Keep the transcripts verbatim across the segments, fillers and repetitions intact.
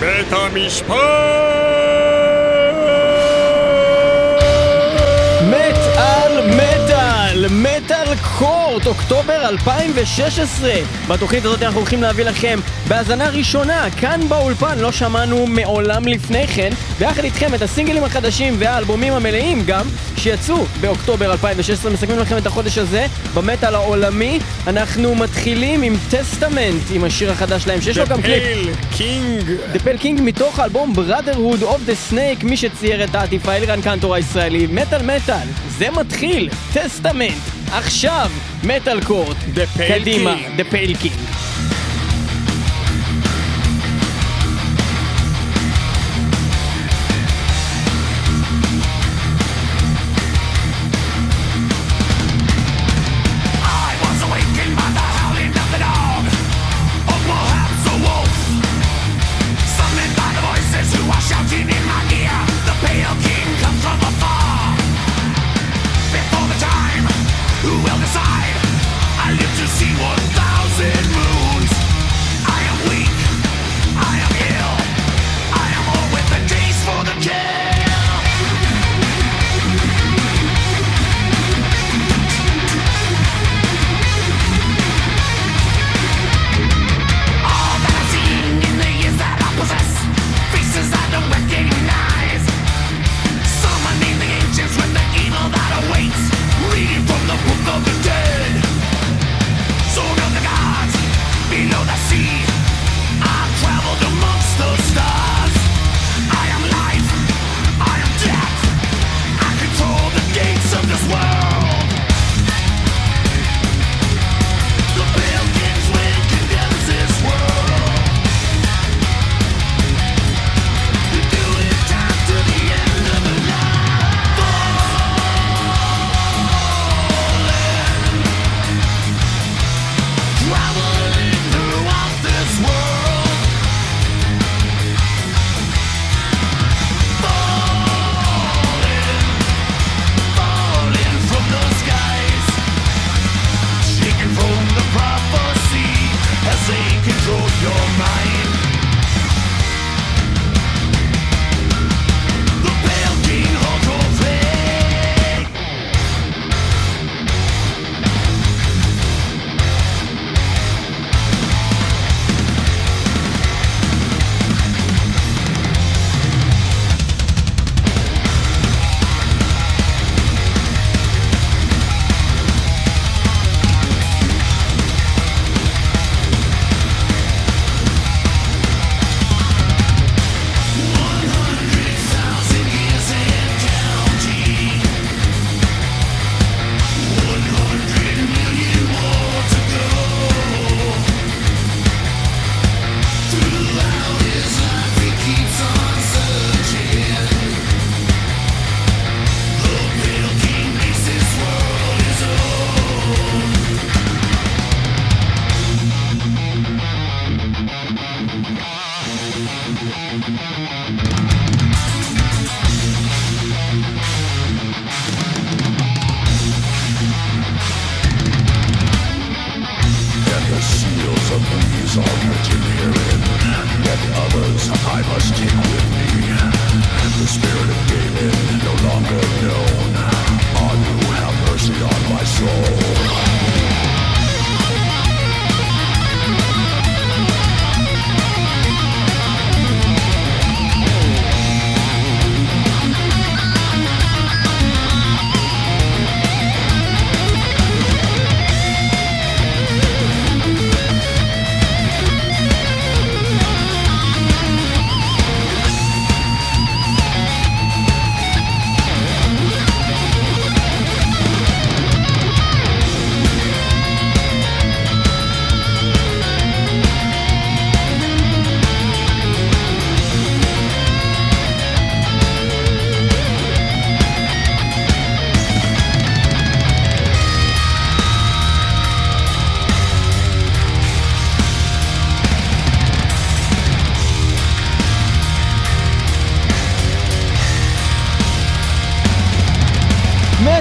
בית המשפט! מטל מטל מטל קורט, אוקטובר אלפיים ושש עשרה. בתוכנית הזאת אנחנו הולכים להביא לכם בהזנה ראשונה כאן באולפן, לא שמענו מעולם לפני כן, ביחד איתכם את הסינגלים החדשים והאלבומים המלאים גם שיצאו באוקטובר אלפיים ושש עשרה. מסכמים לכם את החודש הזה במטל העולמי. אנחנו מתחילים עם טסטמנט, עם השיר החדש שלהם שיש לו גם קליפ, The Pale King. The Pale King, מתוך האלבום Brotherhood of the Snake. מי שצייר את העטיפה אלירן קנטור הישראלי. מטל מטל, זה מתחיל, טסטמנט, עכשיו מטל קורט, The Pale קדימה, King. The Pale King.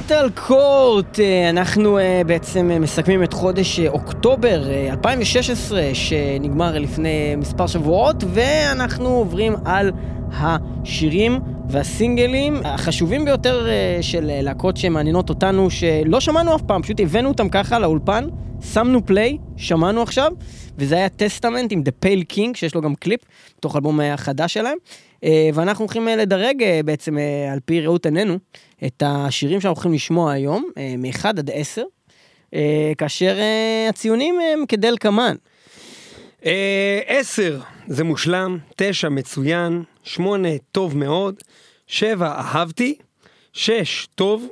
מטל קורט, אנחנו בעצם מסכמים את חודש אוקטובר אלפיים ושש עשרה שנגמר לפני מספר שבועות, ואנחנו עוברים על השירים והסינגלים החשובים ביותר של להקות שמעניינות אותנו, שלא שמענו אף פעם, פשוט הבאנו אותם ככה לאולפן, שמנו פליי, שמענו עכשיו, וזה היה טסטמנט עם The Pale King, שיש לו גם קליפ בתוך אלבום החדש שלהם, ואנחנו הולכים לדרג בעצם על פי ראות עינינו את השירים שאנחנו הולכים לשמוע היום, מ-אחד עד עשר, כאשר הציונים הם כדלקמן. עשר זה מושלם, תשע מצוין, שמונה טוב מאוד, שבע אהבתי, שש טוב,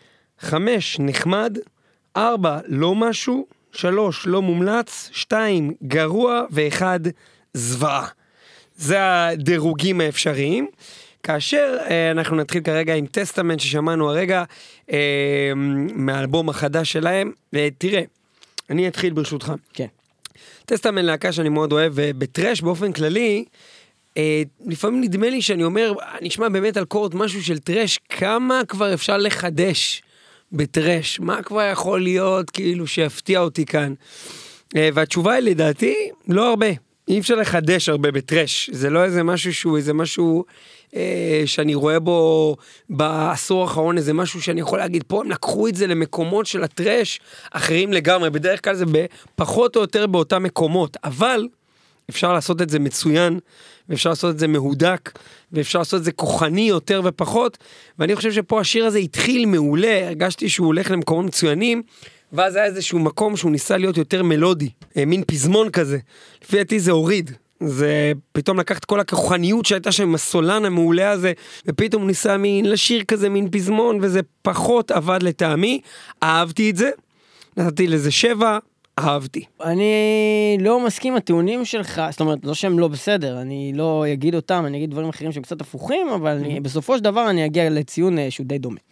חמש נחמד, ארבע לא משהו, שלוש לא מומלץ, שתיים גרוע, ואחד זוועה. זה הדירוגים האפשריים, כאשר אה, אנחנו נתחיל כרגע עם טסטמנט ששמענו הרגע אה, מהאלבום החדש שלהם. אה, תראה, אני אתחיל ברשותך. כן. טסטמנט להקה שאני מאוד אוהב, ובטרש באופן כללי, אה, לפעמים נדמה לי שאני אומר, נשמע באמת על קורט משהו של טרש, כמה כבר אפשר לחדש בטרש, מה כבר יכול להיות כאילו שיפתיע אותי כאן. אה, והתשובה היא לדעתי, לא הרבה. אי אפשר לחדש הרבה בטרש, זה לא איזה משהו שהוא איזה משהו אה, שאני רואה בו בעשור האחרון, איזה משהו שאני יכול להגיד, פה הם לקחו את זה למקומות של הטרש אחרים לגמרי, בדרך כלל זה פחות או יותר באותם מקומות, אבל אפשר לעשות את זה מצוין, ואפשר לעשות את זה מהודק, ואפשר לעשות את זה כוחני יותר ופחות, ואני חושב שפה השיר הזה התחיל מעולה, הרגשתי שהוא הולך למקומות מצוינים, ואז היה איזשהו מקום שהוא ניסה להיות יותר מלודי, מין פזמון כזה. לפי דעתי זה הוריד. זה פתאום לקח את כל הכוחניות שהייתה שם עם הסולן המעולה הזה, ופתאום הוא ניסה מין לשיר כזה מין פזמון, וזה פחות עבד לטעמי. אהבתי את זה, נתתי לזה שבע, אהבתי. אני לא מסכים עם הטיעונים שלך, זאת אומרת, לא שהם לא בסדר, אני לא אגיד אותם, אני אגיד דברים אחרים שהם קצת הפוכים, אבל אני, בסופו של דבר אני אגיע לציון שהוא די דומה.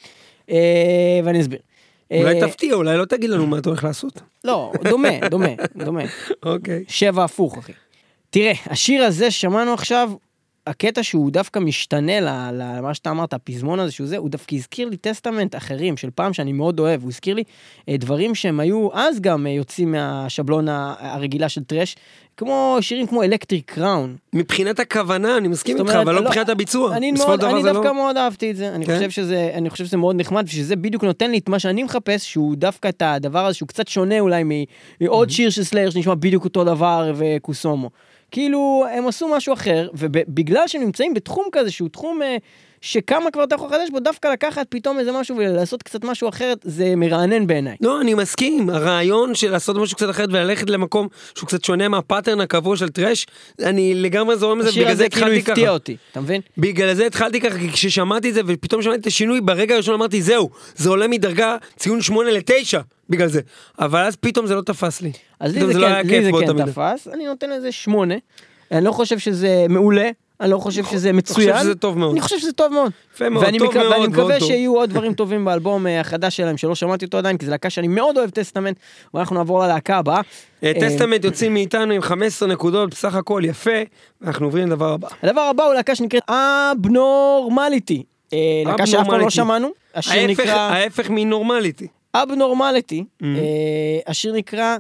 ואני אסביר. אולי תפתיע, אולי לא תגיד לנו מה אתה הולך לעשות. לא, דומה, דומה, דומה. אוקיי. שבע הפוך, אחי. תראה, השיר הזה ששמענו עכשיו, הקטע שהוא דווקא משתנה למה שאתה אמרת, הפזמון הזה שהוא זה, הוא דווקא הזכיר לי טסטמנט אחרים של פעם שאני מאוד אוהב, הוא הזכיר לי דברים שהם היו אז גם יוצאים מהשבלון הרגילה של טרש, כמו שירים כמו אלקטריק קראון. מבחינת הכוונה, אני מסכים איתך, אבל לא מבחינת הביצוע. אני דווקא מאוד אהבתי את זה, אני חושב שזה מאוד נחמד, ושזה בדיוק נותן לי את מה שאני מחפש, שהוא דווקא את הדבר הזה, שהוא קצת שונה אולי מעוד שיר של סלייר, שנשמע בדיוק אותו דבר וקוסומו. כאילו, הם עשו משהו אחר, ובגלל שהם נמצאים בתחום כזה, שהוא תחום אה, שכמה כבר אתה יכול לחדש בו, דווקא לקחת פתאום איזה משהו ולעשות קצת משהו אחרת, זה מרענן בעיניי. לא, אני מסכים. הרעיון של לעשות משהו קצת אחרת וללכת למקום שהוא קצת שונה מהפאטרן הקבוע של טרש, אני לגמרי זורם את זה, בגלל זה התחלתי ככה. השיר הזה כאילו הפתיע אותי, אתה מבין? בגלל זה התחלתי ככה, כי כששמעתי את זה ופתאום שמעתי את השינוי, ברגע הראשון אמרתי, זהו, זה עולה מדרגה ציון שמונה לתשע, בגלל זה. אבל אז פתאום זה לא תפס לי. אז לי זה, זה, כן, לי זה כן תפס, אני נותן לזה שמונה. אני לא חושב שזה מעולה, אני לא חושב שזה מצוין. אני חושב שזה טוב מאוד. אני חושב שזה טוב מאוד. יפה מאוד, ואני טוב מקווה, מאוד. ואני מקווה שיהיו עוד דברים טובים באלבום החדש שלהם, שלא שמעתי אותו עדיין, כי זה להקה שאני מאוד אוהב טסטמנט, ואנחנו נעבור ללהקה הבאה. טסטמנט יוצאים מאיתנו עם חמש עשרה נקודות, בסך הכל יפה, ואנחנו עוברים לדבר הבא. הדבר הבא הוא להקה שנקראת אבנורמליטי. להקה שאף פעם לא שמענו. השיר נקרא... ההפך מנורמליטי. אבנורמליטי. השיר נקרא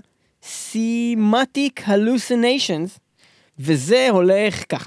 Semantic Hallucinations, וזה הולך ככה.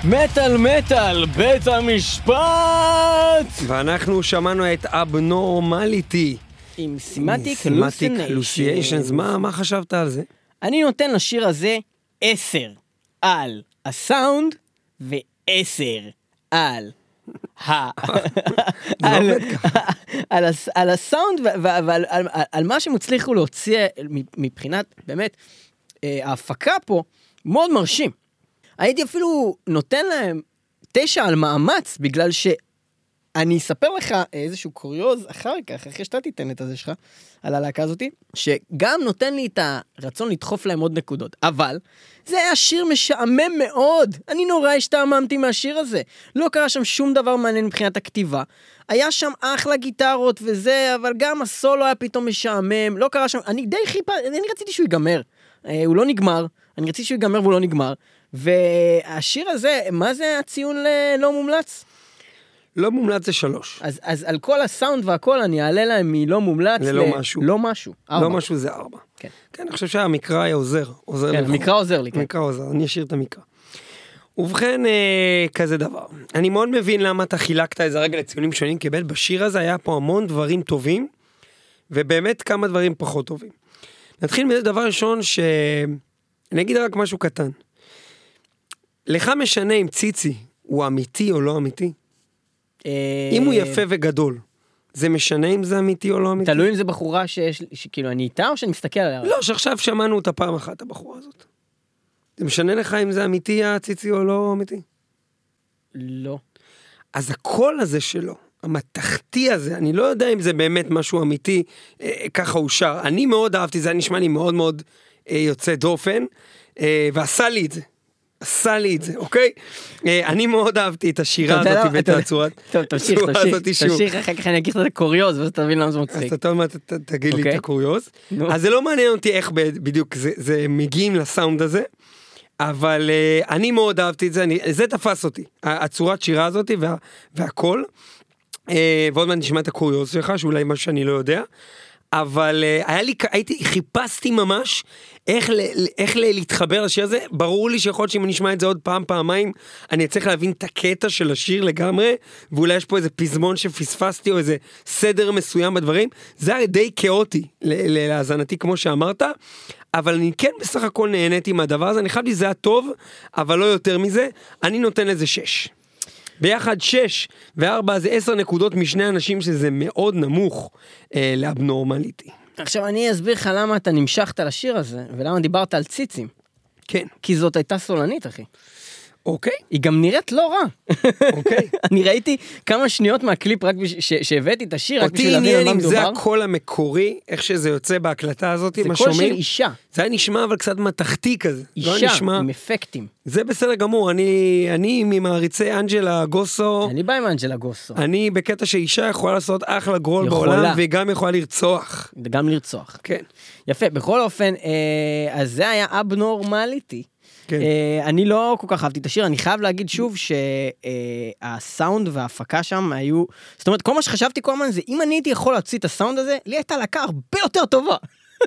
מטל מטל, בית המשפט! ואנחנו שמענו את אבנורמליטי. עם סימטיק לוסיישנס. מה, מה חשבת על זה? אני נותן לשיר הזה עשר על הסאונד ועשר על על הסאונד ועל מה שהם הצליחו להוציא מבחינת באמת ההפקה פה מאוד מרשים. הייתי אפילו נותן להם תשע על מאמץ, בגלל שאני אספר לך איזשהו קוריוז אחר כך, אחרי שאתה תיתן את הזה שלך, על הלהקה הזאת, שגם נותן לי את הרצון לדחוף להם עוד נקודות. אבל זה היה שיר משעמם מאוד. אני נורא השתעממתי מהשיר הזה. לא קרה שם שום דבר מעניין מבחינת הכתיבה. היה שם אחלה גיטרות וזה, אבל גם הסולו היה פתאום משעמם. לא קרה שם, אני די חיפה, אני רציתי שהוא ייגמר. הוא לא נגמר. אני רציתי שהוא ייגמר והוא לא נגמר. והשיר הזה, מה זה הציון ללא מומלץ? לא מומלץ זה שלוש. אז, אז על כל הסאונד והכל אני אעלה להם מלא מומלץ זה לא משהו. לא משהו. לא משהו זה ארבע. כן. כן, אני חושב שהמקרא היה עוזר. עוזר כן, המקרא עוזר לי. כן. המקרא עוזר, אני אשאיר את המקרא. ובכן, אה, כזה דבר. אני מאוד מבין למה אתה חילקת איזה רגע לציונים שונים, כי באמת בשיר הזה היה פה המון דברים טובים, ובאמת כמה דברים פחות טובים. נתחיל מזה דבר ראשון ש... אני אגיד רק משהו קטן. לך משנה אם ציצי הוא אמיתי או לא אמיתי? אם הוא יפה וגדול, זה משנה אם זה אמיתי או לא אמיתי? תלוי אם זה בחורה שיש, שכאילו אני איתה או שאני מסתכל עליה? לא, שעכשיו שמענו אותה פעם אחת, הבחורה הזאת. זה משנה לך אם זה אמיתי הציצי או לא אמיתי? לא. אז הקול הזה שלו, המתחתי הזה, אני לא יודע אם זה באמת משהו אמיתי, אה, ככה הוא שר. אני מאוד אהבתי, זה נשמע לי מאוד מאוד אה, יוצא דופן, אה, ועשה לי את זה. עשה לי את זה, אוקיי? אה, אני מאוד אהבתי את השירה הזאת ואת הצורת. טוב, תמשיך, תמשיך, תמשיך, אחר כך אני אגיד את הקוריוז, ואז תבין למה זה מצחיק. אז אתה אומר, תגיד לי את הקוריוז. אז זה לא מעניין אותי איך בדיוק זה מגיעים לסאונד הזה, אבל אני מאוד אהבתי את זה, זה תפס אותי, הצורת שירה הזאת והכל, ועוד מעט נשמע את הקוריוז שלך, שאולי מה שאני לא יודע, אבל היה לי, הייתי, חיפשתי ממש איך, איך להתחבר לשיר הזה. ברור לי שיכול להיות שאם אני אשמע את זה עוד פעם, פעמיים, אני צריך להבין את הקטע של השיר לגמרי, ואולי יש פה איזה פזמון שפספסתי, או איזה סדר מסוים בדברים. זה היה די כאוטי להאזנתי, כמו שאמרת, אבל אני כן בסך הכל נהניתי מהדבר הזה. אני חייב לי זה היה טוב, אבל לא יותר מזה. אני נותן לזה שש. ביחד שש וארבע זה עשר נקודות משני אנשים, שזה מאוד נמוך אה, לאבנורמליטי. עכשיו אני אסביר לך למה אתה נמשכת לשיר הזה, ולמה דיברת על ציצים. כן. כי זאת הייתה סולנית, אחי. אוקיי. היא גם נראית לא רע. אוקיי. אני ראיתי כמה שניות מהקליפ רק שהבאתי את השיר, רק בשביל להבין על מה מדובר. אותי עניין אם זה הקול המקורי, איך שזה יוצא בהקלטה הזאת, זה קול של אישה. זה היה נשמע אבל קצת מתחתי כזה. אישה, עם אפקטים. זה בסדר גמור, אני, אני ממעריצי אנג'לה גוסו. אני בא עם אנג'לה גוסו. אני בקטע שאישה יכולה לעשות אחלה גרול בעולם, וגם יכולה לרצוח. גם לרצוח. כן. יפה, בכל אופן, אז זה היה אבנורמליטי. כן. Uh, אני לא כל כך אהבתי את השיר, אני חייב להגיד שוב שהסאונד uh, וההפקה שם היו, זאת אומרת, כל מה שחשבתי כל הזמן זה, אם אני הייתי יכול להוציא את הסאונד הזה, לי הייתה להקה הרבה יותר טובה.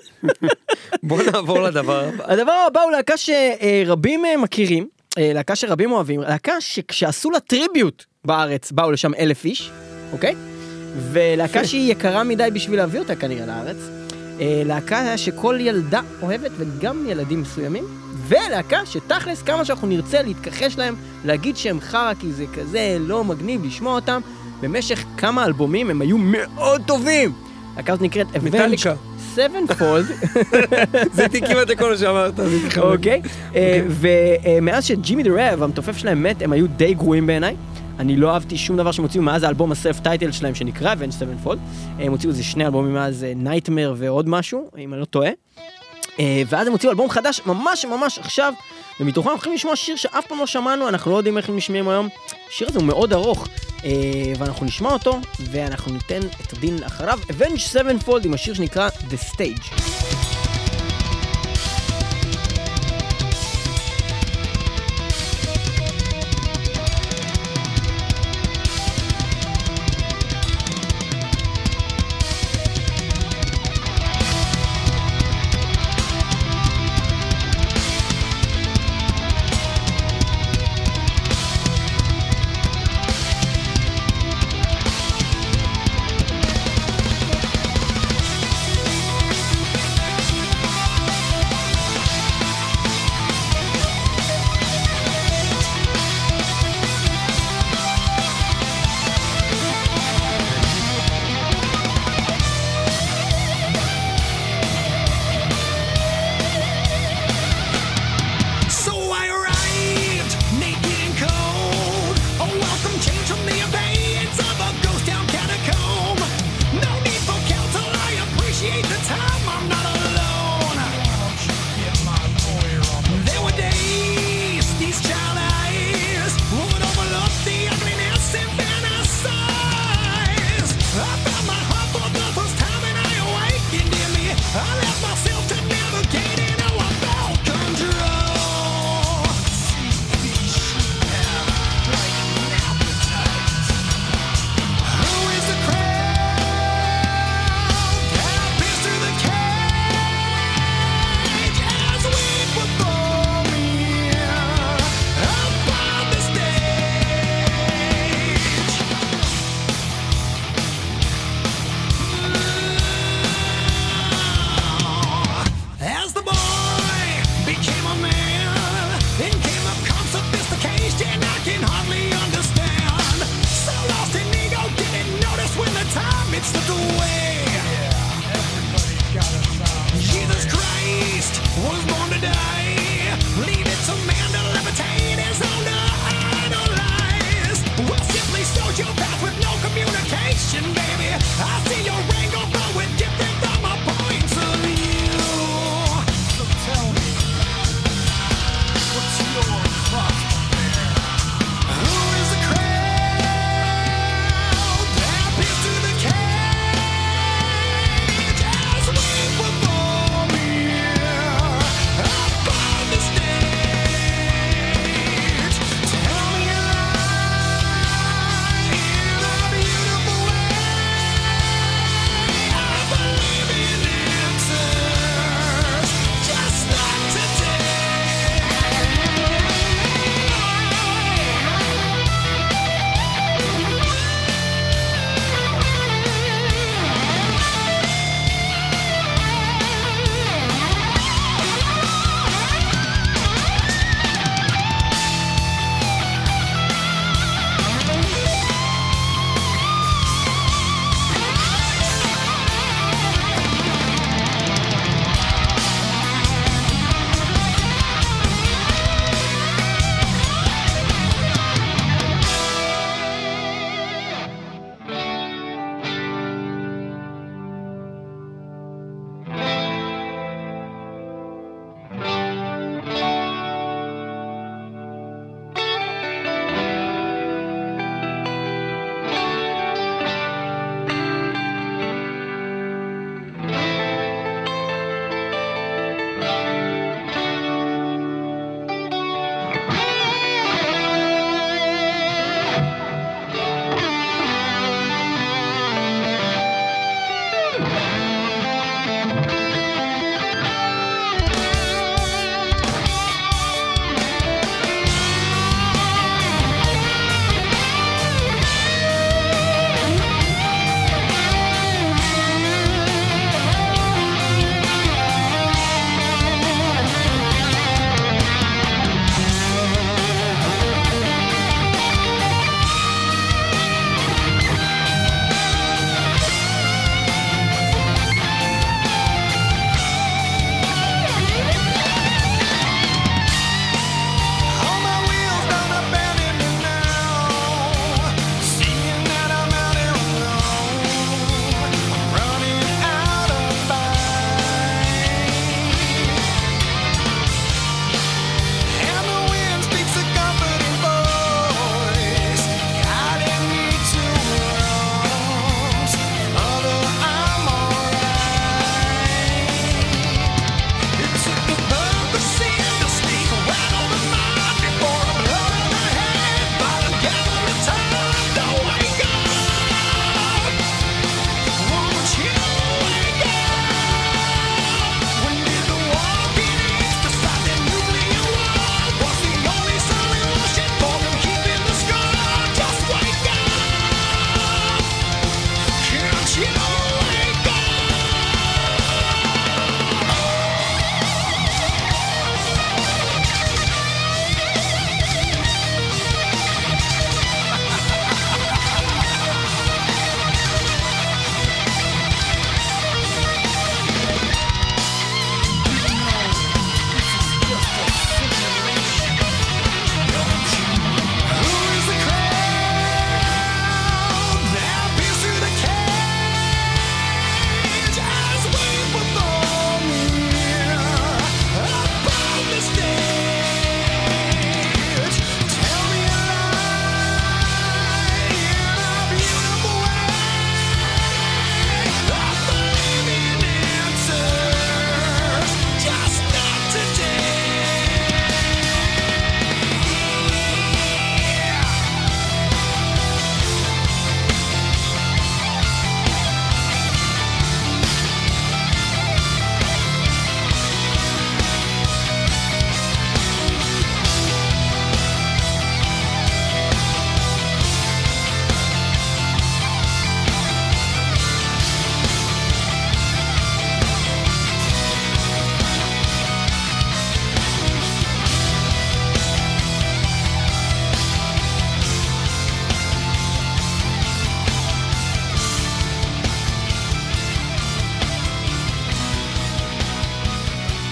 בוא נעבור לדבר הבא. הדבר הבא הוא להקה שרבים מכירים, להקה שרבים אוהבים, להקה שכשעשו לה טריביוט בארץ, באו לשם אלף איש, אוקיי? ולהקה שהיא יקרה מדי בשביל להביא אותה כנראה לארץ, להקה שכל ילדה אוהבת וגם ילדים מסוימים, ולהקה שתכלס כמה שאנחנו נרצה להתכחש להם, להגיד שהם חרה כי זה כזה לא מגניב לשמוע אותם, במשך כמה אלבומים הם היו מאוד טובים. להקה הזאת נקראת מטאליקה. Sevenfold. זה כמעט הכל שאמרת. אוקיי. ומאז שג'ימי דה רב, המתופף שלהם מת, הם היו די גרועים בעיניי. אני לא אהבתי שום דבר שהם הוציאו מאז האלבום הסלף טייטל שלהם שנקרא Avenged Sevenfold. הם הוציאו איזה שני אלבומים מאז Nightmare ועוד משהו, אם אני לא טועה. ואז הם הוציאו אלבום חדש ממש ממש עכשיו, ומתוכם אנחנו הולכים לשמוע שיר שאף פעם לא שמענו, אנחנו לא יודעים איך הם נשמעים היום. השיר הזה הוא מאוד ארוך, ואנחנו נשמע אותו, ואנחנו ניתן את הדין אחריו. Avenged Sevenfold עם השיר שנקרא The Stage.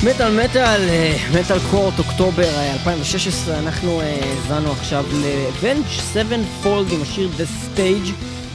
מטל מטל, מטל קורט, אוקטובר אלפיים ושש עשרה, אנחנו זנו עכשיו ל-Avenged Sevenfold עם השיר The Stage.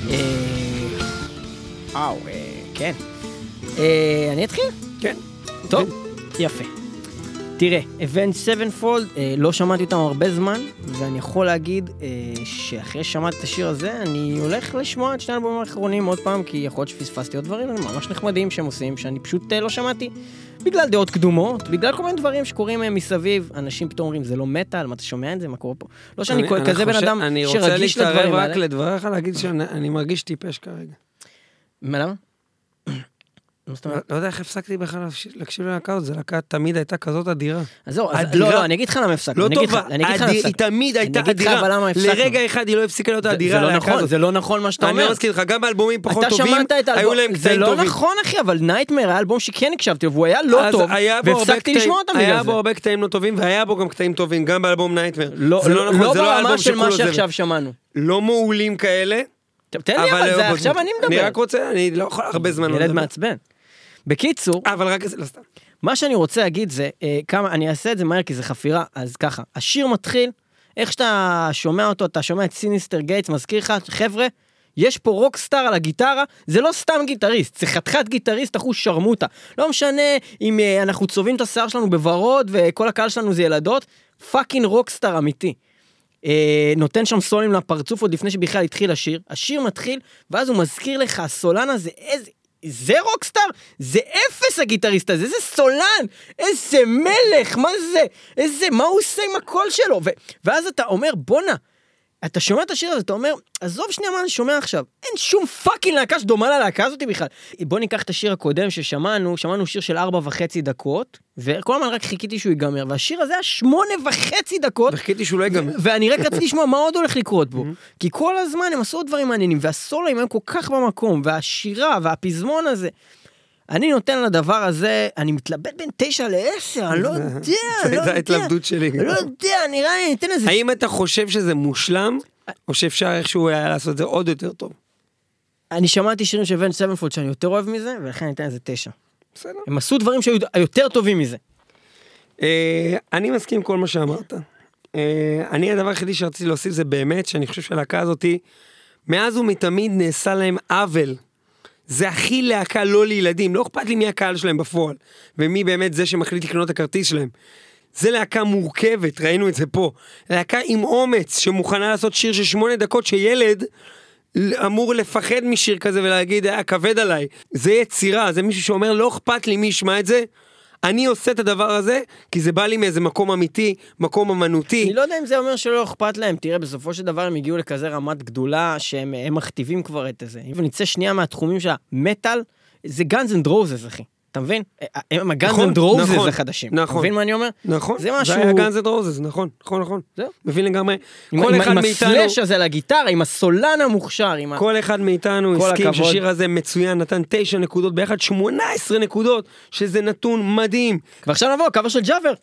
וואו, כן. אני אתחיל? כן. טוב, יפה. תראה, Avenged Sevenfold, לא שמעתי אותם הרבה זמן, ואני יכול להגיד שאחרי ששמעתי את השיר הזה, אני הולך לשמוע את שני האלבומים האחרונים עוד פעם, כי יכול להיות שפספסתי עוד דברים ממש נחמדים שהם עושים, שאני פשוט לא שמעתי. בגלל דעות קדומות, בגלל כל מיני דברים שקורים מסביב, אנשים פתאום אומרים, זה לא מטל, מה אתה שומע את זה, מה קורה פה? לא שאני כזה בן אדם שרגיש לדברים האלה. אני רוצה להתערב רק לדבריך, להגיד שאני מרגיש טיפש כרגע. מה, למה? לא יודע איך הפסקתי בכלל להקשיב ללהקה הזאת, זו להקה תמיד הייתה כזאת אדירה. אז זהו, לא, לא, אני אגיד לך למה הפסקתי. לא טובה, היא תמיד הייתה אדירה. לרגע אחד היא לא הפסיקה להיות אדירה להקה הזאת. זה לא נכון מה שאתה אומר. אני לא מזכיר לך, גם באלבומים פחות טובים, היו להם קטעים טובים. זה לא נכון אחי, אבל נייטמר היה אלבום שכן הקשבתי לו, והוא היה לא טוב, והפסקתי לשמוע אותם בגלל זה. היה בו הרבה קטעים לא טובים, והיה בו גם קטעים טובים, גם באלבום נייטמר. לא ברמה של מה שעכשיו שמענו. לא מעולים כאלה. תן לי אבל זה, עכשיו אני מדבר. אני רק רוצה, אני לא יכול הרבה זמן ילד מעצבן. בקיצור, אבל רק לא סתם. מה שאני רוצה להגיד זה, אה, כמה, אני אעשה את זה מהר כי זה חפירה, אז ככה, השיר מתחיל, איך שאתה שומע אותו, אתה שומע את סיניסטר גייטס, מזכיר לך, חבר'ה, יש פה רוקסטאר על הגיטרה, זה לא סתם גיטריסט, זה חתיכת גיטריסט, אחו שרמוטה. לא משנה אם אה, אנחנו צובעים את השיער שלנו בוורוד, וכל הקהל שלנו זה ילדות, פאקינג רוקסטאר אמיתי. אה, נותן שם סולים לפרצוף עוד לפני שבכלל התחיל השיר, השיר מתחיל, ואז הוא מזכיר לך, הסולן הזה, איזה... זה רוקסטאר? זה אפס הגיטריסט הזה, זה סולן, איזה מלך, מה זה? איזה, מה הוא עושה עם הקול שלו? ו- ואז אתה אומר, בונה, אתה שומע את השיר הזה, אתה אומר, עזוב שנייה מה אני שומע עכשיו, אין שום פאקינג להקה שדומה ללהקה הזאת בכלל. בוא ניקח את השיר הקודם ששמענו, שמענו שיר של ארבע וחצי דקות, וכל הזמן רק חיכיתי שהוא ייגמר, והשיר הזה היה שמונה וחצי דקות, וחיכיתי שהוא לא ייגמר. ואני רק רציתי לשמוע מה עוד הולך לקרות בו, כי כל הזמן הם עשו דברים מעניינים, והסולואים הם כל כך במקום, והשירה, והפזמון הזה, אני נותן לדבר הזה, אני מתלבט בין תשע לעשר, אני לא יודע, לא יודע. זה ההתלבטות שלי. אני לא יודע, נראה לי, ניתן לזה. האם אתה חושב שזה מושלם, או שאפשר איכשהו היה לעשות את זה עוד יותר טוב? אני שמעתי שירים של Avenged Sevenfold שאני יותר אוהב מזה, ולכן ניתן לזה תשע. בסדר. הם עשו דברים שהיו יותר טובים מזה. אני מסכים עם כל מה שאמרת. אני הדבר היחידי שרציתי להוסיף זה באמת, שאני חושב שהלהקה הזאת, מאז ומתמיד נעשה להם עוול. זה הכי להקה לא לילדים, לא אכפת לי מי הקהל שלהם בפועל, ומי באמת זה שמחליט לקנות את הכרטיס שלהם. זה להקה מורכבת, ראינו את זה פה. להקה עם אומץ, שמוכנה לעשות שיר של שמונה דקות, שילד אמור לפחד משיר כזה ולהגיד, היה כבד עליי. זה יצירה, זה מישהו שאומר, לא אכפת לי מי ישמע את זה, אני עושה את הדבר הזה, כי זה בא לי מאיזה מקום אמיתי, מקום אמנותי. אני לא יודע אם זה אומר שלא אכפת להם, תראה, בסופו של דבר הם הגיעו לכזה רמת גדולה, שהם מכתיבים כבר את זה. אם נצא שנייה מהתחומים של המטל, זה גאנז אנד רוזס, אחי. אתה מבין? הם הגאנז אנד רוזס החדשים. נכון. אתה מבין מה אני אומר? נכון. זה משהו... זה היה גאנז אנד רוזס, נכון, נכון, נכון. זהו. מבין לגמרי. עם, כל עם, אחד עם מאיתנו... הסלש הזה לגיטרה, עם הסולן המוכשר, עם כל אחד מאיתנו כל הסכים הכבוד. ששיר הזה מצוין, נתן תשע נקודות, ביחד שמונה עשרה נקודות, שזה נתון מדהים. ועכשיו נבוא, קאבר של ג'אבר.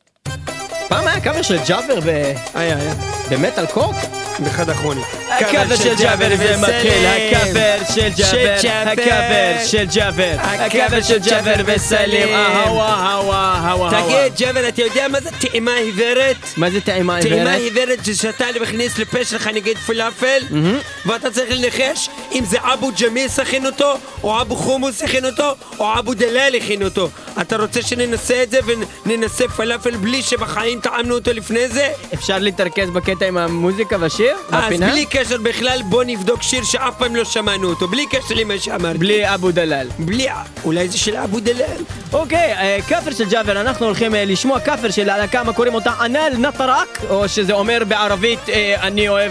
פעם היה קאבר של ג'אבר ב... היה, היה. במטל קורט? באחד האחרונים. הקאבר של ג'אבר זה מתחיל, הקאבר של ג'אבר, הקאבר של ג'אבר, הקאבר של ג'אבר וסלים, אהווה, אהווה, אהווה. תגיד, ג'אבר, אתה יודע מה זה טעימה עיוורת? מה זה טעימה עיוורת? טעימה עיוורת זה שאתה מכניס לפה שלך נגיד פלאפל, ואתה צריך לנחש אם זה אבו ג'מיל שכין אותו, או אבו חומוס שכין אותו, או אבו דלל הכין אותו. אתה רוצה שננסה את זה וננסה פלאפל בלי שבחיים טעמנו אותו לפני זה? אפשר להתרכז בקטע עם המוזיקה והשיר? אז בלי קשר בכלל, בוא נבדוק שיר שאף פעם לא שמענו אותו, בלי קשר למה שאמרתי. בלי אבו דלל. בלי, אולי זה של אבו דלל. אוקיי, כאפר של ג'אבר, אנחנו הולכים לשמוע כאפר של הלהקה, מה קוראים אותה? אנל נטרק, או שזה אומר בערבית, אני אוהב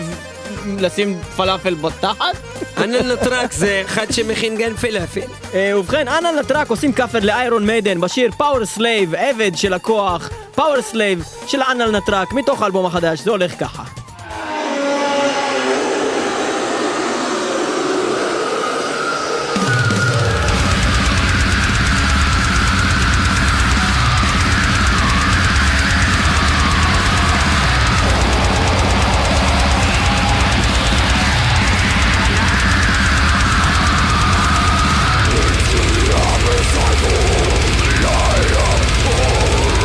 לשים פלאפל בתחת? אנל נטרק זה אחד שמכין גן פלאפל. ובכן, אנל נטרק עושים כאפר לאיירון מיידן בשיר פאוור סלייב, עבד של הכוח, פאוור סלייב של אנל נטרק, מתוך האלבום החדש, זה הולך ככה. Cycle, light up,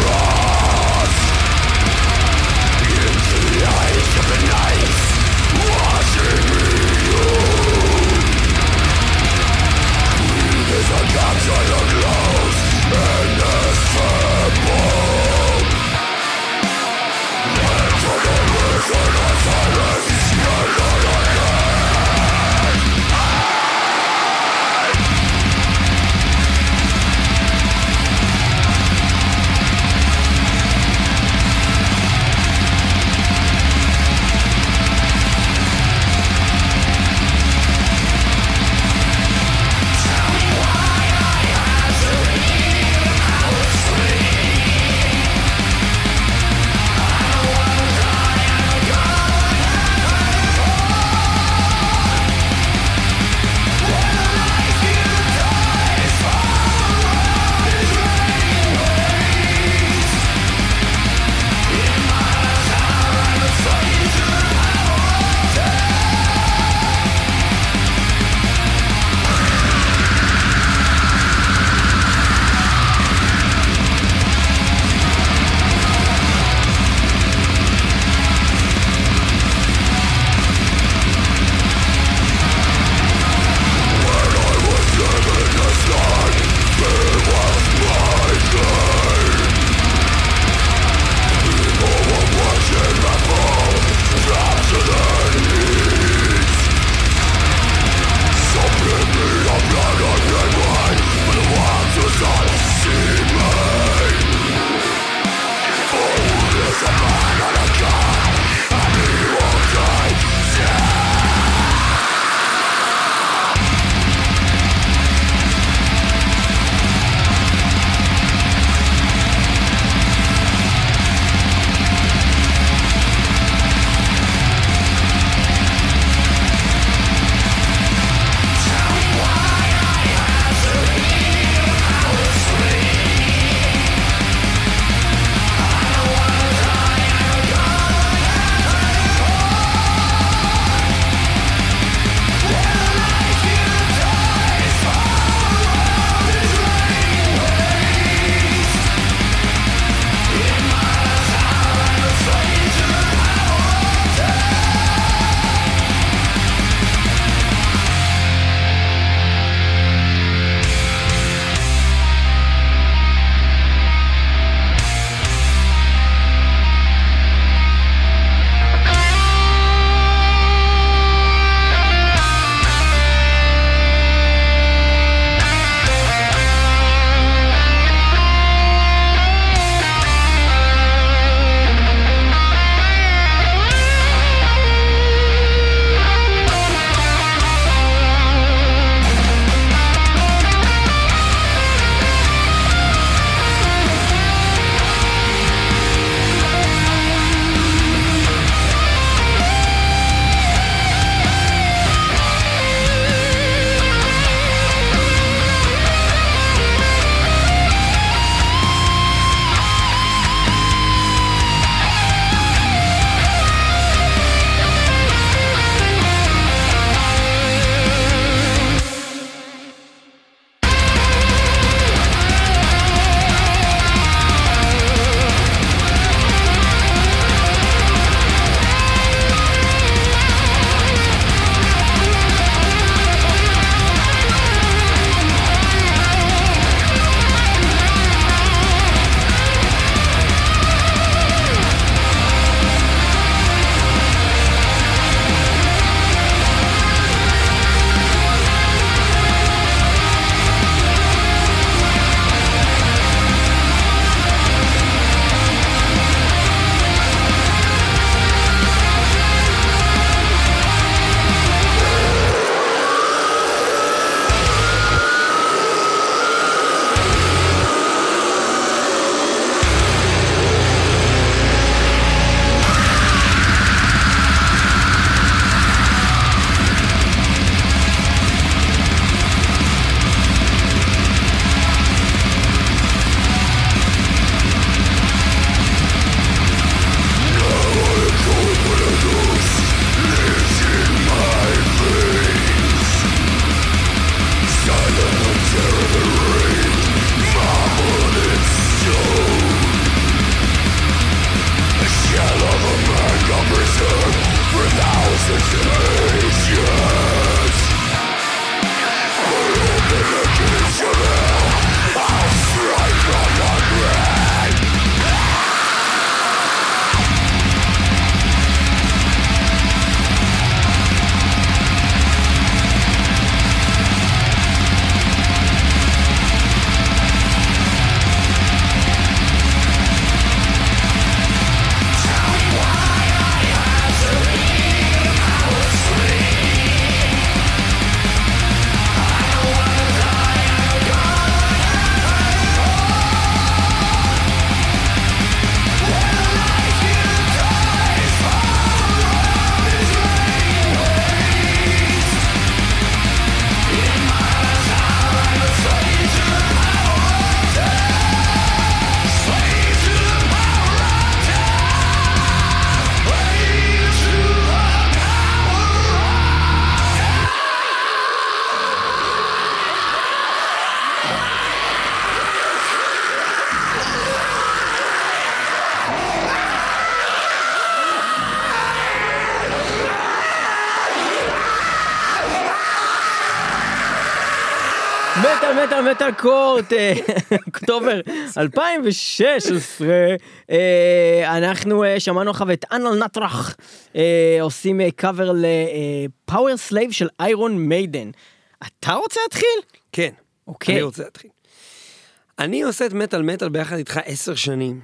מטל מטל מטל קורט, אוקטובר אלפיים ושש עשרה, אנחנו שמענו עכשיו את אנל נטרח, עושים קאבר לפאוור סלייב של איירון מיידן. אתה רוצה להתחיל? כן, אוקיי. אני רוצה להתחיל. אני עושה את מטל מטל ביחד איתך עשר שנים,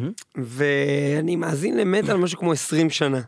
ואני מאזין למטל משהו כמו עשרים שנה.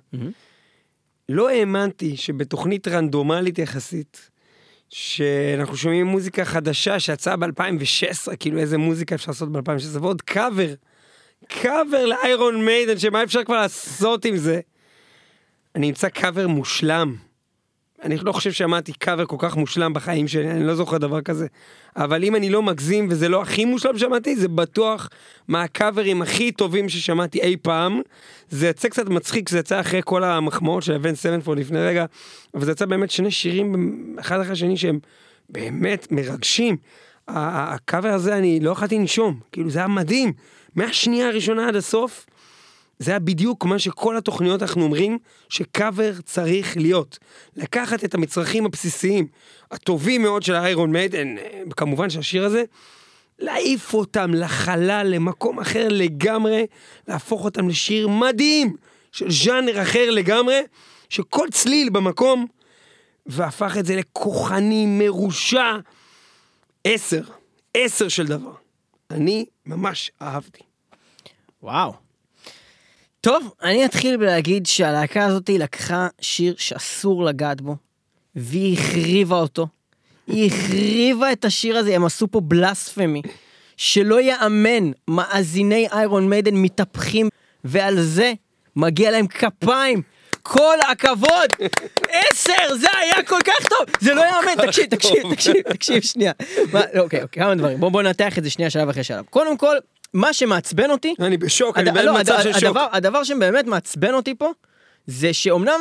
לא האמנתי שבתוכנית רנדומלית יחסית, שאנחנו שומעים מוזיקה חדשה שיצאה ב-אלפיים ושש עשרה, כאילו איזה מוזיקה אפשר לעשות ב-אלפיים ושש עשרה, ועוד קאבר, קאבר לאיירון מיידן, שמה אפשר כבר לעשות עם זה? אני אמצא קאבר מושלם. אני לא חושב שמעתי קאבר כל כך מושלם בחיים שלי, אני לא זוכר דבר כזה. אבל אם אני לא מגזים וזה לא הכי מושלם שמעתי, זה בטוח מהקאברים הכי טובים ששמעתי אי פעם. זה יצא קצת מצחיק, זה יצא אחרי כל המחמאות של אבן סבנפורד לפני רגע, אבל זה יצא באמת שני שירים אחד אחרי השני שהם באמת מרגשים. הקאבר הזה אני לא יכולתי לנשום, כאילו זה היה מדהים. מהשנייה הראשונה עד הסוף, זה היה בדיוק מה שכל התוכניות אנחנו אומרים, שקאבר צריך להיות. לקחת את המצרכים הבסיסיים, הטובים מאוד של האיירון מיידן, כמובן שהשיר הזה, להעיף אותם לחלל, למקום אחר לגמרי, להפוך אותם לשיר מדהים, של ז'אנר אחר לגמרי, שכל צליל במקום, והפך את זה לכוחני, מרושע, עשר, עשר של דבר. אני ממש אהבתי. וואו. טוב, אני אתחיל בלהגיד שהלהקה הזאת לקחה שיר שאסור לגעת בו, והיא החריבה אותו. היא החריבה את השיר הזה, הם עשו פה בלספמי, שלא יאמן, מאזיני איירון מיידן מתהפכים, ועל זה מגיע להם כפיים. כל הכבוד! עשר! זה היה כל כך טוב! זה לא יאמן, תקשיב, תקשיב, תקשיב, תקשיב, שנייה. אוקיי, אוקיי, כמה דברים. בואו נתח את זה שנייה שלב אחרי שלב. קודם כל, מה שמעצבן אותי, אני בשוק, אני באמת מצב של שוק. הדבר שבאמת מעצבן אותי פה, זה שאומנם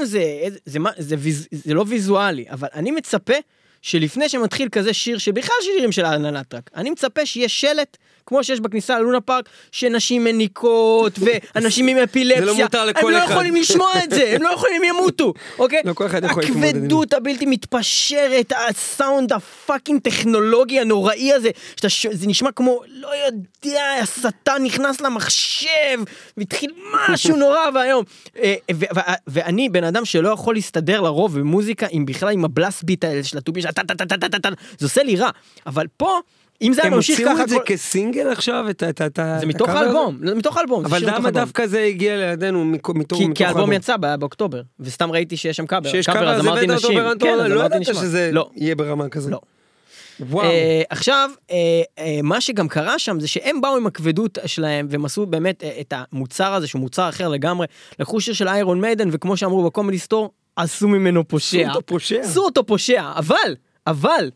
זה לא ויזואלי, אבל אני מצפה שלפני שמתחיל כזה שיר, שבכלל שירים של אנל נטרח, אני מצפה שיהיה שלט, כמו שיש בכניסה ללונה פארק, שנשים מניקות, ואנשים עם אפילפסיה, זה לא מותר לכל אחד. הם לא יכולים לשמוע את זה, הם לא יכולים ימותו, אוקיי? לא כל אחד יכול להתמודד עם זה. הכבדות הבלתי מתפשרת, הסאונד הפאקינג טכנולוגי הנוראי הזה, זה נשמע כמו, לא יודע, השטן נכנס למחשב, והתחיל משהו נורא והיום. ואני בן אדם שלא יכול להסתדר לרוב במוזיקה, אם בכלל עם הבלס ביט האלה של הטובים, זה עושה לי רע, אבל פה, אם זה ממשיך ככה... הם הוציאו את זה כסינגל עכשיו? זה מתוך האלבום, זה מתוך האלבום. אבל למה דווקא זה הגיע לידינו מתוך האלבום? כי האלבום יצא באוקטובר, וסתם ראיתי שיש שם קאבר. שיש קאבר, אז אמרתי נשים. לא ידעת שזה יהיה ברמה כזאת. לא. וואו. עכשיו, מה שגם קרה שם, זה שהם באו עם הכבדות שלהם, והם עשו באמת את המוצר הזה, שהוא מוצר אחר לגמרי, לקחו שיר של איירון מיידן, וכמו שאמרו בקומדי סטור, עשו ממנו פושע. עשו אותו פושע. עשו אותו פושע, אבל, אבל,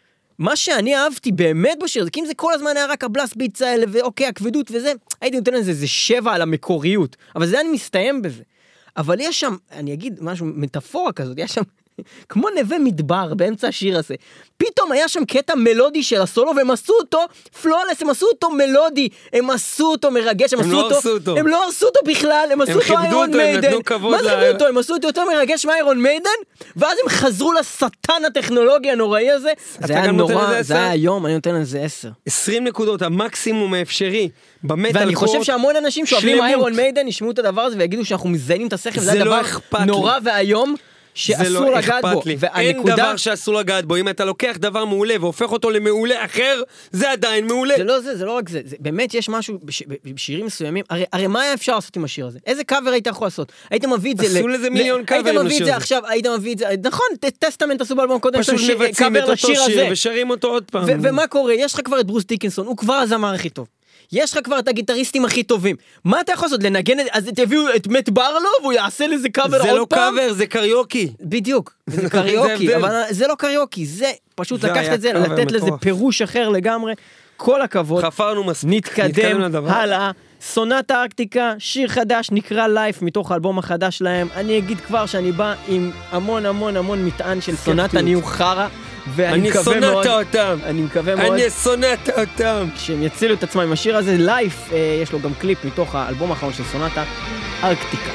מה שאני אהבתי באמת בשיר, זה כי אם זה כל הזמן היה רק הבלס ביטס האלה, ואוקיי, הכבדות וזה, הייתי נותן לזה, זה שבע על המקוריות, אבל זה אני מסתיים בזה. אבל יש שם, אני אגיד משהו, מטאפורה כזאת, יש שם, כמו נווה מדבר באמצע השיר הזה, פתאום היה שם קטע מלודי של הסולו, והם עשו אותו פלולס, הם עשו אותו מלודי, הם עשו אותו מרגש, הם, הם, עשו, לא אותו, עשו אותו. הם לא עשו אותו בכלל, הם עשו אותו איירון מיידן, מה זה לה... אותו? הם עשו אותו יותר מרגש מאיירון מיידן, ואז הם חזרו לשטן הטכנולוגי הנוראי הזה, זה היה נורא, זה היה היום, אני נותן לזה עשר. עשרים נקודות, המקסימום האפשרי, במטל ואני קורט, חושב שהמון אנשים שאוהבים איירון מיידן, ישמעו את הדבר הזה ויגידו שאנחנו מזיינים את השכל, זה דבר נורא והיום, שאסור לגעת בו. אין דבר שאסור לגעת בו. אם אתה לוקח דבר מעולה והופך אותו למעולה אחר, זה עדיין מעולה. זה לא זה, זה לא רק זה. באמת יש משהו בשירים מסוימים. הרי מה היה אפשר לעשות עם השיר הזה? איזה קאבר היית יכול לעשות? היית מביא את זה... עשו לזה מיליון קאברים לשיר הזה. היית מביא את זה עכשיו, היית מביא את זה... נכון, טסטמנט עשו באלבום קודם. פשוט מבצעים את אותו שיר ושרים אותו עוד פעם. ומה קורה? יש לך כבר את ברוס דיקנסון, הוא כבר הזמר הכי טוב. יש לך כבר את הגיטריסטים הכי טובים. מה אתה יכול לעשות? לנגן את זה? אז תביאו את מט ברלו והוא יעשה לזה קאבר עוד פעם? זה לא קאבר, זה קריוקי. בדיוק, זה קריוקי, אבל זה לא קריוקי, זה פשוט לקחת את זה, לתת לזה פירוש אחר לגמרי. כל הכבוד. חפרנו מספיק. נתקדם הלאה. סונטה ארקטיקה, שיר חדש נקרא לייף מתוך האלבום החדש שלהם. אני אגיד כבר שאני בא עם המון המון המון מטען של סונטה ניו חרה. אני שונאת אותם. אני מקווה מאוד. אני שונאת אותם. שהם יצילו את עצמם עם השיר הזה. לייף, יש לו גם קליפ מתוך האלבום האחרון של סונטה ארקטיקה.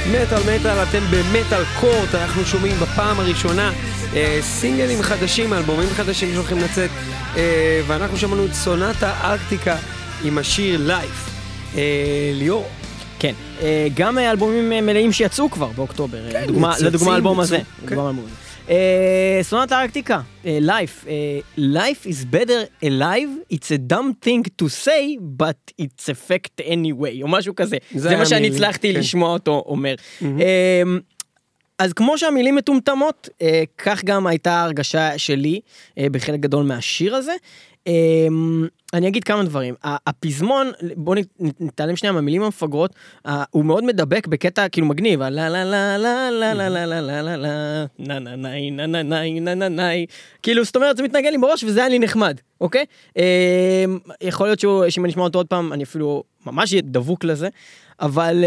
מטל מטל, אתם במטל קורט, אנחנו שומעים בפעם הראשונה אה, סינגלים חדשים, אלבומים חדשים שהולכים לצאת, אה, ואנחנו שמענו את סונטה ארקטיקה עם השיר לייף. אה, ליאור. כן, אה, גם אלבומים מלאים שיצאו כבר באוקטובר, כן, לדוגמה, לדוגמה האלבום הזה. כן. סונטה ארקטיקה, life, life is better alive, it's a dumb thing to say, but it's a fact anyway, או משהו כזה. זה מה שאני הצלחתי לשמוע אותו אומר. אז כמו שהמילים מטומטמות, כך גם הייתה הרגשה שלי בחלק גדול מהשיר הזה. אני אגיד כמה דברים. הפזמון, בואו נתעלם שנייה מהמילים המפגרות, הוא מאוד מדבק בקטע כאילו מגניב, לה לה לה לה לה לה לה לה לה לה לה לה נה נה נה נה נה נה נה נה, כאילו זאת אומרת זה מתנגן לי בראש וזה היה לי נחמד, אוקיי? יכול להיות שאם אני אשמע אותו עוד פעם אני אפילו ממש דבוק לזה, אבל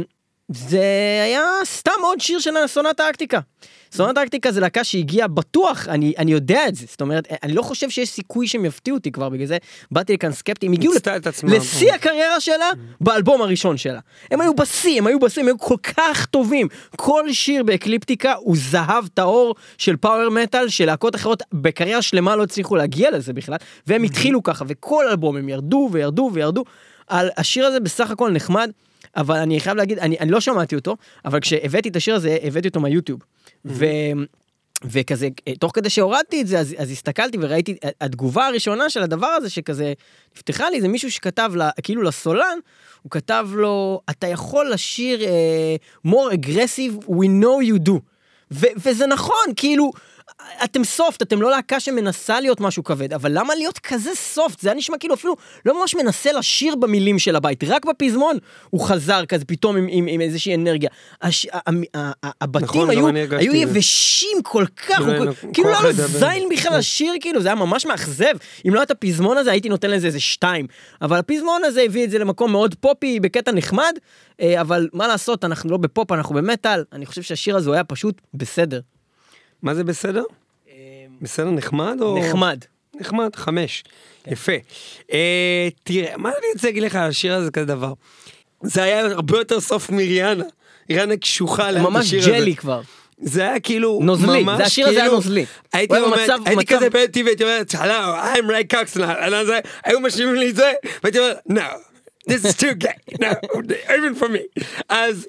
זה היה סתם עוד שיר של סונטה ארקטיקה. סונטה ארקטיקה זה להקה שהגיעה בטוח, אני, אני יודע את זה, זאת אומרת, אני לא חושב שיש סיכוי שהם יפתיעו אותי כבר, בגלל זה באתי לכאן סקפטי, הם הגיעו לשיא הקריירה שלה, באלבום הראשון שלה. הם היו בשיא, הם היו בשיא, הם היו כל כך טובים. כל שיר באקליפטיקה הוא זהב טהור של פאוור מטל, של להקות אחרות בקריירה שלמה לא הצליחו להגיע לזה בכלל, והם התחילו ככה, וכל אלבום הם ירדו וירדו וירדו. על השיר הזה בסך הכל נחמד, אבל אני חייב להגיד, אני, אני לא שמעתי אותו, אבל כשהבאתי את השיר הזה, הבאתי אותו מהיוטיוב. ו... וכזה, תוך כדי שהורדתי את זה, אז, אז הסתכלתי וראיתי, התגובה הראשונה של הדבר הזה, שכזה, נפתחה לי, זה מישהו שכתב לה, כאילו לסולן, הוא כתב לו, אתה יכול לשיר uh, more aggressive, we know you do. ו- וזה נכון, כאילו, אתם סופט, אתם לא להקה שמנסה להיות משהו כבד, אבל למה להיות כזה סופט? זה היה נשמע כאילו אפילו לא ממש מנסה לשיר במילים של הבית, רק בפזמון הוא חזר כזה פתאום עם, עם, עם איזושהי אנרגיה. הש, ה, ה, ה, הבתים נכון, היו, היו יבשים כל כך, הוא, כאילו לא היה זין בכלל לשיר, כאילו זה היה ממש מאכזב. אם לא היה את הפזמון הזה, הייתי נותן לזה איזה שתיים. אבל הפזמון הזה הביא את זה למקום מאוד פופי, בקטע נחמד, אבל מה לעשות, אנחנו לא בפופ, אנחנו במטל. אני חושב שהשיר הזה היה פשוט בסדר. מה זה בסדר? בסדר נחמד או... נחמד. נחמד, חמש. יפה. תראה, מה אני רוצה להגיד לך על השיר הזה כזה דבר? זה היה הרבה יותר סוף מריאנה. ריאנה קשוחה ליד השיר הזה. ממש ג'לי כבר. זה היה כאילו... נוזלי, זה השיר הזה היה נוזלי. הייתי כזה בעתי והייתי אומרת, hello, I'm Ray Coxon. היו משלימים לי את זה, והייתי אומרת, no, this is too gay. No, even for me. אז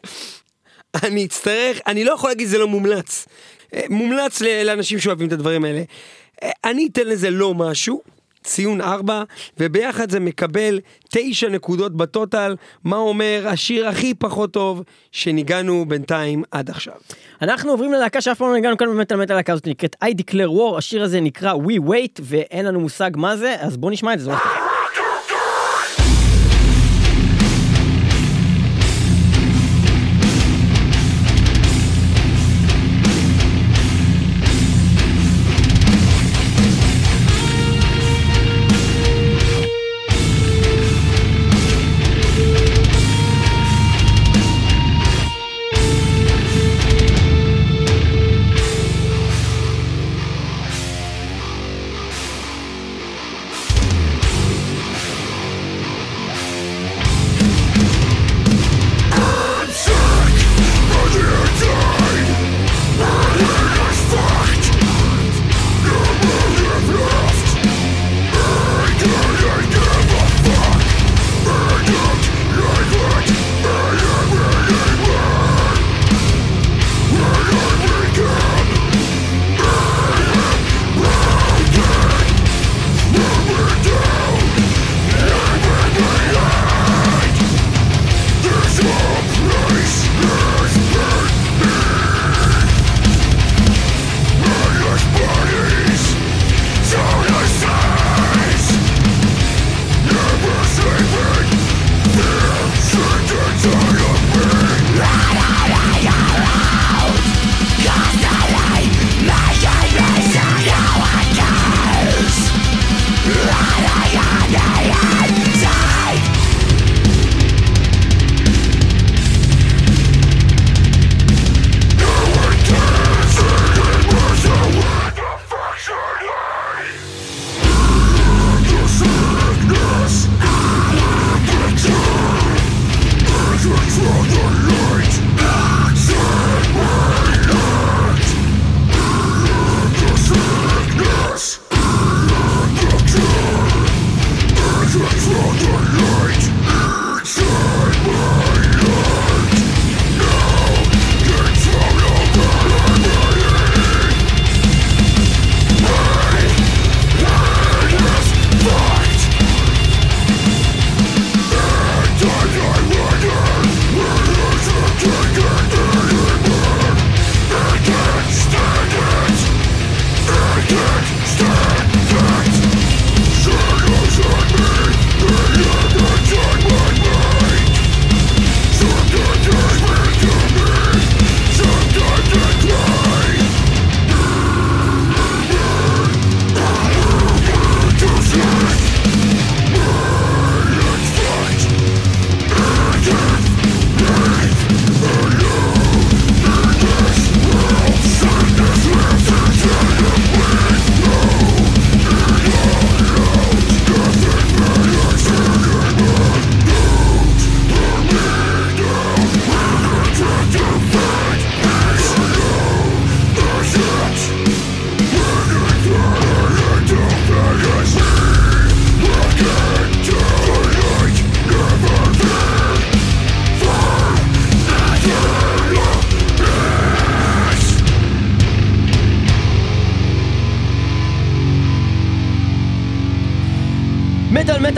אני אצטרך, אני לא יכול להגיד זה לא מומלץ. מומלץ לאנשים שאוהבים את הדברים האלה. אני אתן לזה לא משהו, ציון ארבע, וביחד זה מקבל תשע נקודות בטוטל, מה אומר השיר הכי פחות טוב שניגענו בינתיים עד עכשיו. אנחנו עוברים ללהקה שאף פעם לא ניגענו כאן באמת על מטל, הלהקה הזאת נקראת I Declare War, השיר הזה נקרא We Wait, ואין לנו מושג מה זה, אז בואו נשמע את זה.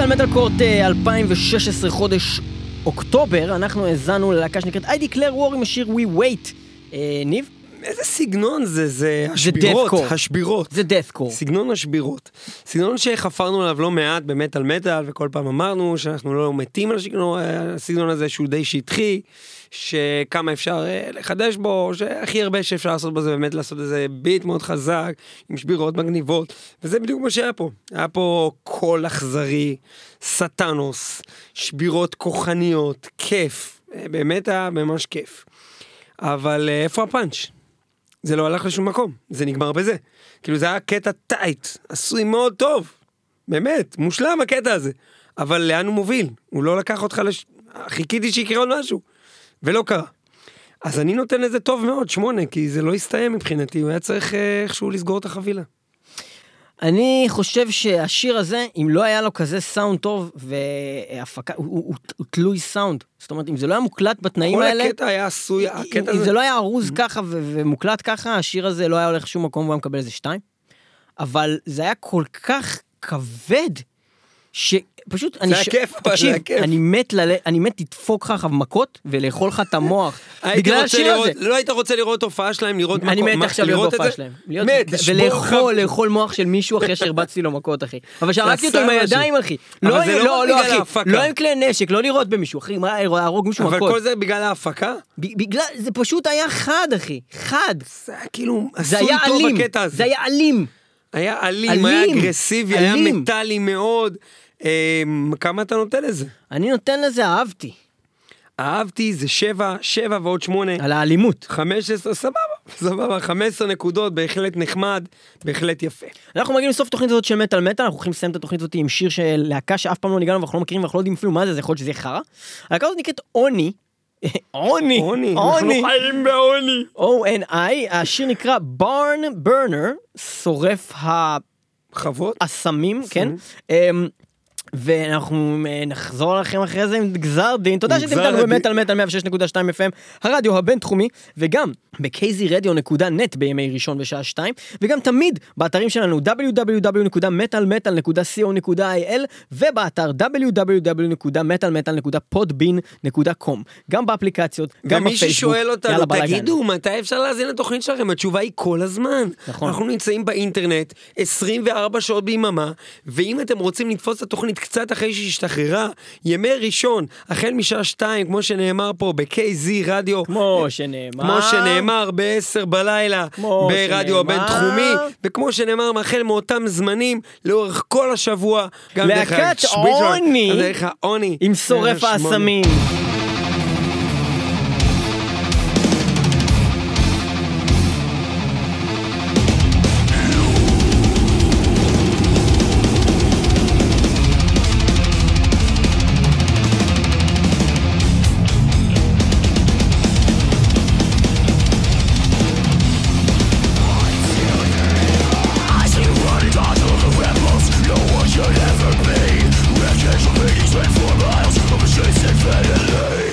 מטל מטל קורט אלפיים ושש עשרה חודש אוקטובר, אנחנו הזנו ללהקה שנקראת I Declare War עם השיר We Wait. ניב? איזה סגנון זה, זה השבירות, השבירות. זה deathcore. סגנון השבירות. סגנון שחפרנו עליו לא מעט במטל מטל, וכל פעם אמרנו שאנחנו לא מתים על הסגנון, הסגנון הזה שהוא די שטחי, שכמה אפשר לחדש בו, שהכי הרבה שאפשר לעשות בו זה באמת לעשות איזה ביט מאוד חזק, עם שבירות מגניבות, וזה בדיוק מה שהיה פה. היה פה קול אכזרי, סטנוס, שבירות כוחניות, כיף. באמת היה ממש כיף. אבל איפה הפאנץ'? זה לא הלך לשום מקום, זה נגמר בזה. כאילו זה היה קטע טייט, עשוי מאוד טוב, באמת, מושלם הקטע הזה. אבל לאן הוא מוביל? הוא לא לקח אותך לש... חיכיתי שיקרה עוד משהו, ולא קרה. אז אני נותן לזה טוב מאוד, שמונה, כי זה לא הסתיים מבחינתי, הוא היה צריך איכשהו לסגור את החבילה. אני חושב שהשיר הזה, אם לא היה לו כזה סאונד טוב, והפקה, הוא, הוא, הוא תלוי סאונד. זאת אומרת, אם זה לא היה מוקלט בתנאים האלה... כל הקטע היה עשוי, הקטע אם, הזה... אם זה לא היה ארוז ככה ו- ומוקלט ככה, השיר הזה לא היה הולך שום מקום, והוא היה מקבל איזה שתיים. אבל זה היה כל כך כבד, שפשוט... זה היה כיף, זה היה כיף. אני מת, לל... אני מת לתפוק לך מכות, ולאכול לך את המוח. בגלל השיר הזה. לא היית רוצה לראות הופעה שלהם, לראות אני מת עכשיו לראות הופעה שלהם. מת, ולאכול, לאכול מוח של מישהו אחרי שהרבצתי לו מכות, אחי. אבל שרקתי אותו עם הידיים, אחי. אבל זה לא רק בגלל ההפקה. לא עם כלי נשק, לא לראות במישהו, אחי. מה, להרוג מישהו מכות. אבל כל זה בגלל ההפקה? בגלל, זה פשוט היה חד, אחי. חד. זה היה כאילו, עשוי טוב בקטע הזה. זה היה אלים. היה אלים, היה אגרסיבי, היה מטלי מאוד. כמה אתה נותן לזה? אני נותן לזה, אהבתי. אהבתי, זה שבע, שבע ועוד שמונה. על האלימות. חמש עשרה, סבבה, סבבה, חמש עשרה נקודות, בהחלט נחמד, בהחלט יפה. אנחנו מגיעים לסוף תוכנית הזאת של מטל מטל, אנחנו הולכים לסיים את התוכנית הזאת עם שיר של להקה שאף פעם לא ניגענו, ואנחנו לא מכירים, ואנחנו לא יודעים אפילו מה זה, זה יכול להיות שזה יהיה חרא. הלהקה הזאת נקראת עוני. עוני. עוני. אנחנו חיים בעוני. O N I, השיר נקרא Barn Burner, שורף החוות. הסמים, כן. ואנחנו נחזור לכם אחרי זה עם גזר דין. תודה שאתם איתנו במטל מטל מאה ושש נקודה שתיים אף אם, הרדיו הבינתחומי, וגם ב-קייזי רדיו נקודה נט בימי ראשון בשעה שתיים, וגם תמיד באתרים שלנו דאבליו דאבליו דאבליו נקודה מטל מטל נקודה סי או נקודה איי אל, ובאתר דאבליו דאבליו דאבליו נקודה מטל מטל נקודה פודבין נקודה קום. גם באפליקציות, גם בפייסבוק. ומי ששואל אותנו, תגידו, מתי אפשר להזין לתוכנית שלכם? התשובה היא כל הזמן. אנחנו נמצאים באינטרנט עשרים וארבע שעות ביממה, ואם אתם רוצים לתפוס את התוכנית קצת אחרי שהשתחררה, ימי ראשון, החל משעה שתיים, כמו שנאמר פה, ב-קייזי רדיו, כמו שנאמר, כמו שנאמר, ב-עשר בלילה, ברדיו הבינתחומי, וכמו שנאמר, החל מאותם זמנים, לאורך כל השבוע, גם להקת עוני, דרך העוני, עם שורף האסמים. Should ever be wreckage of eighties and four miles of a chase and fade.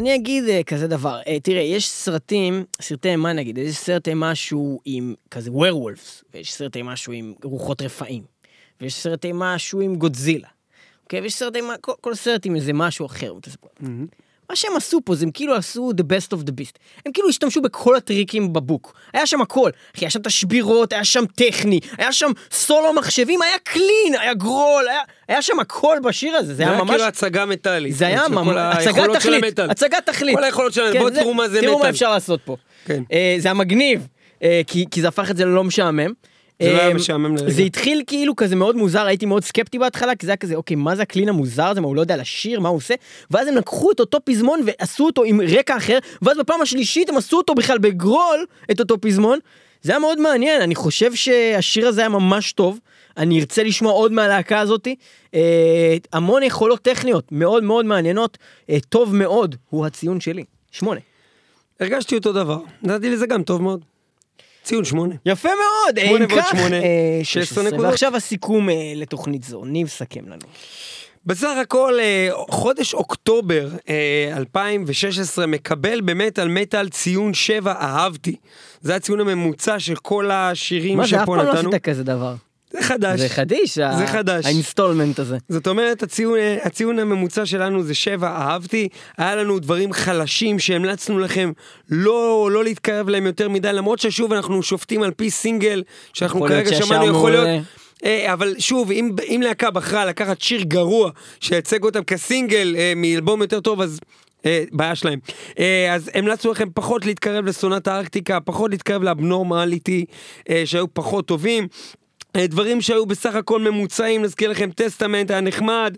אני אגיד כזה דבר, תראה, יש סרטים, סרטי אימה נגיד, יש סרט אימה שהוא עם כזה ווירוולפס, ויש סרט אימה שהוא עם רוחות רפאים, ויש סרט אימה שהוא עם גודזילה, אוקיי? ויש סרט אימה, כל, כל סרט עם איזה משהו אחר. Mm-hmm. מה שהם עשו פה, זה הם כאילו עשו the best of the beast. הם כאילו השתמשו בכל הטריקים בבוק. היה שם הכל. היה שם תשבירות, היה שם טכני, היה שם סולו מחשבים, היה קלין, היה גרול, היה, היה שם הכל בשיר הזה. זה, זה היה היה ממש... כאילו הצגה מטאלית. זה היה ממש... הצגת תכלית. הצגת תכלית. כל היכולות שלנו, כן, בואו זה, תראו מה זה מטאל. תראו מה אפשר לעשות פה. כן. Uh, זה היה מגניב, uh, כי, כי זה הפך את זה ללא משעמם. זה לא היה משעמם לרגע. זה התחיל כאילו כזה מאוד מוזר, הייתי מאוד סקפטי בהתחלה, כי זה היה כזה, אוקיי, מה זה הקלין המוזר הזה, מה הוא לא יודע לשיר, מה הוא עושה, ואז הם לקחו את אותו פזמון ועשו אותו עם רקע אחר, ואז בפעם השלישית הם עשו אותו בכלל בגרול, את אותו פזמון. זה היה מאוד מעניין, אני חושב שהשיר הזה היה ממש טוב, אני ארצה לשמוע עוד מהלהקה הזאת, אה, המון יכולות טכניות, מאוד מאוד מעניינות, אה, טוב מאוד, הוא הציון שלי, שמונה. הרגשתי אותו דבר, נתתי לזה גם טוב מאוד. ציון שמונה. יפה מאוד, שמונה ועוד שמונה, שש עשרה נקודות. ועכשיו הסיכום אה, לתוכנית זו, ניב סכם לנו. בסך הכל, אה, חודש אוקטובר אה, אלפיים ושש עשרה מקבל באמת על מטל ציון שבע, אהבתי. זה הציון הממוצע של כל השירים מה, שפה נתנו. מה זה, אף פעם לא עשית כזה דבר? זה חדש. זה חדיש, זה חדש. האינסטולמנט הזה. זאת אומרת, הציון, הציון הממוצע שלנו זה שבע, אהבתי. היה לנו דברים חלשים שהמלצנו לכם לא, לא להתקרב להם יותר מדי, למרות ששוב אנחנו שופטים על פי סינגל, שאנחנו כרגע שמענו יכול להיות... אבל שוב, אם, אם להקה בחרה לקחת שיר גרוע, שיצג אותם כסינגל מאלבום יותר טוב, אז... בעיה שלהם. אז המלצנו לכם פחות להתקרב לסונת הארקטיקה, פחות להתקרב לאבנורמליטי, שהיו פחות טובים. דברים שהיו בסך הכל ממוצעים, נזכיר לכם, טסטמנט היה נחמד,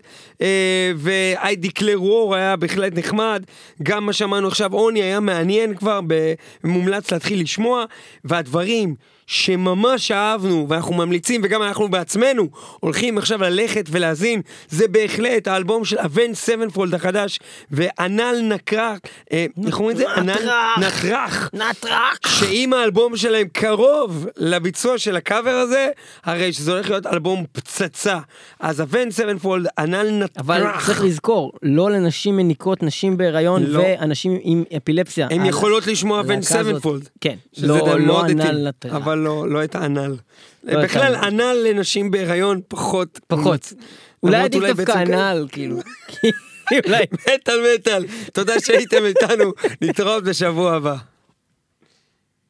ו-I Declare War היה בהחלט נחמד, גם מה שאמרנו עכשיו, עוני היה מעניין כבר, מומלץ להתחיל לשמוע, והדברים שממש אהבנו, ואנחנו ממליצים, וגם אנחנו בעצמנו, הולכים עכשיו ללכת ולהזין, זה בהחלט האלבום של אבן סבנפולד החדש, ואנל נקרח, איך אומרים את זה? נטרח. נטרח. שאם האלבום שלהם קרוב לביצוע של הקאבר הזה, הרי שזה הולך להיות אלבום פצצה. אז אבן סבנפולד, אנל נטרח. אבל צריך לזכור, לא לנשים מניקות, נשים בהיריון, ואנשים עם אפילפסיה. הם יכולות לשמוע אבן סבנפולד. כן. לא אנל נטרח. אבל לא, לא את האנל. בכלל, אנל לנשים בהיריון פחות. פחות. אולי עדיף דווקא אנל, כאילו. מטל מטל. תודה שהייתם איתנו. נתראות בשבוע הבא.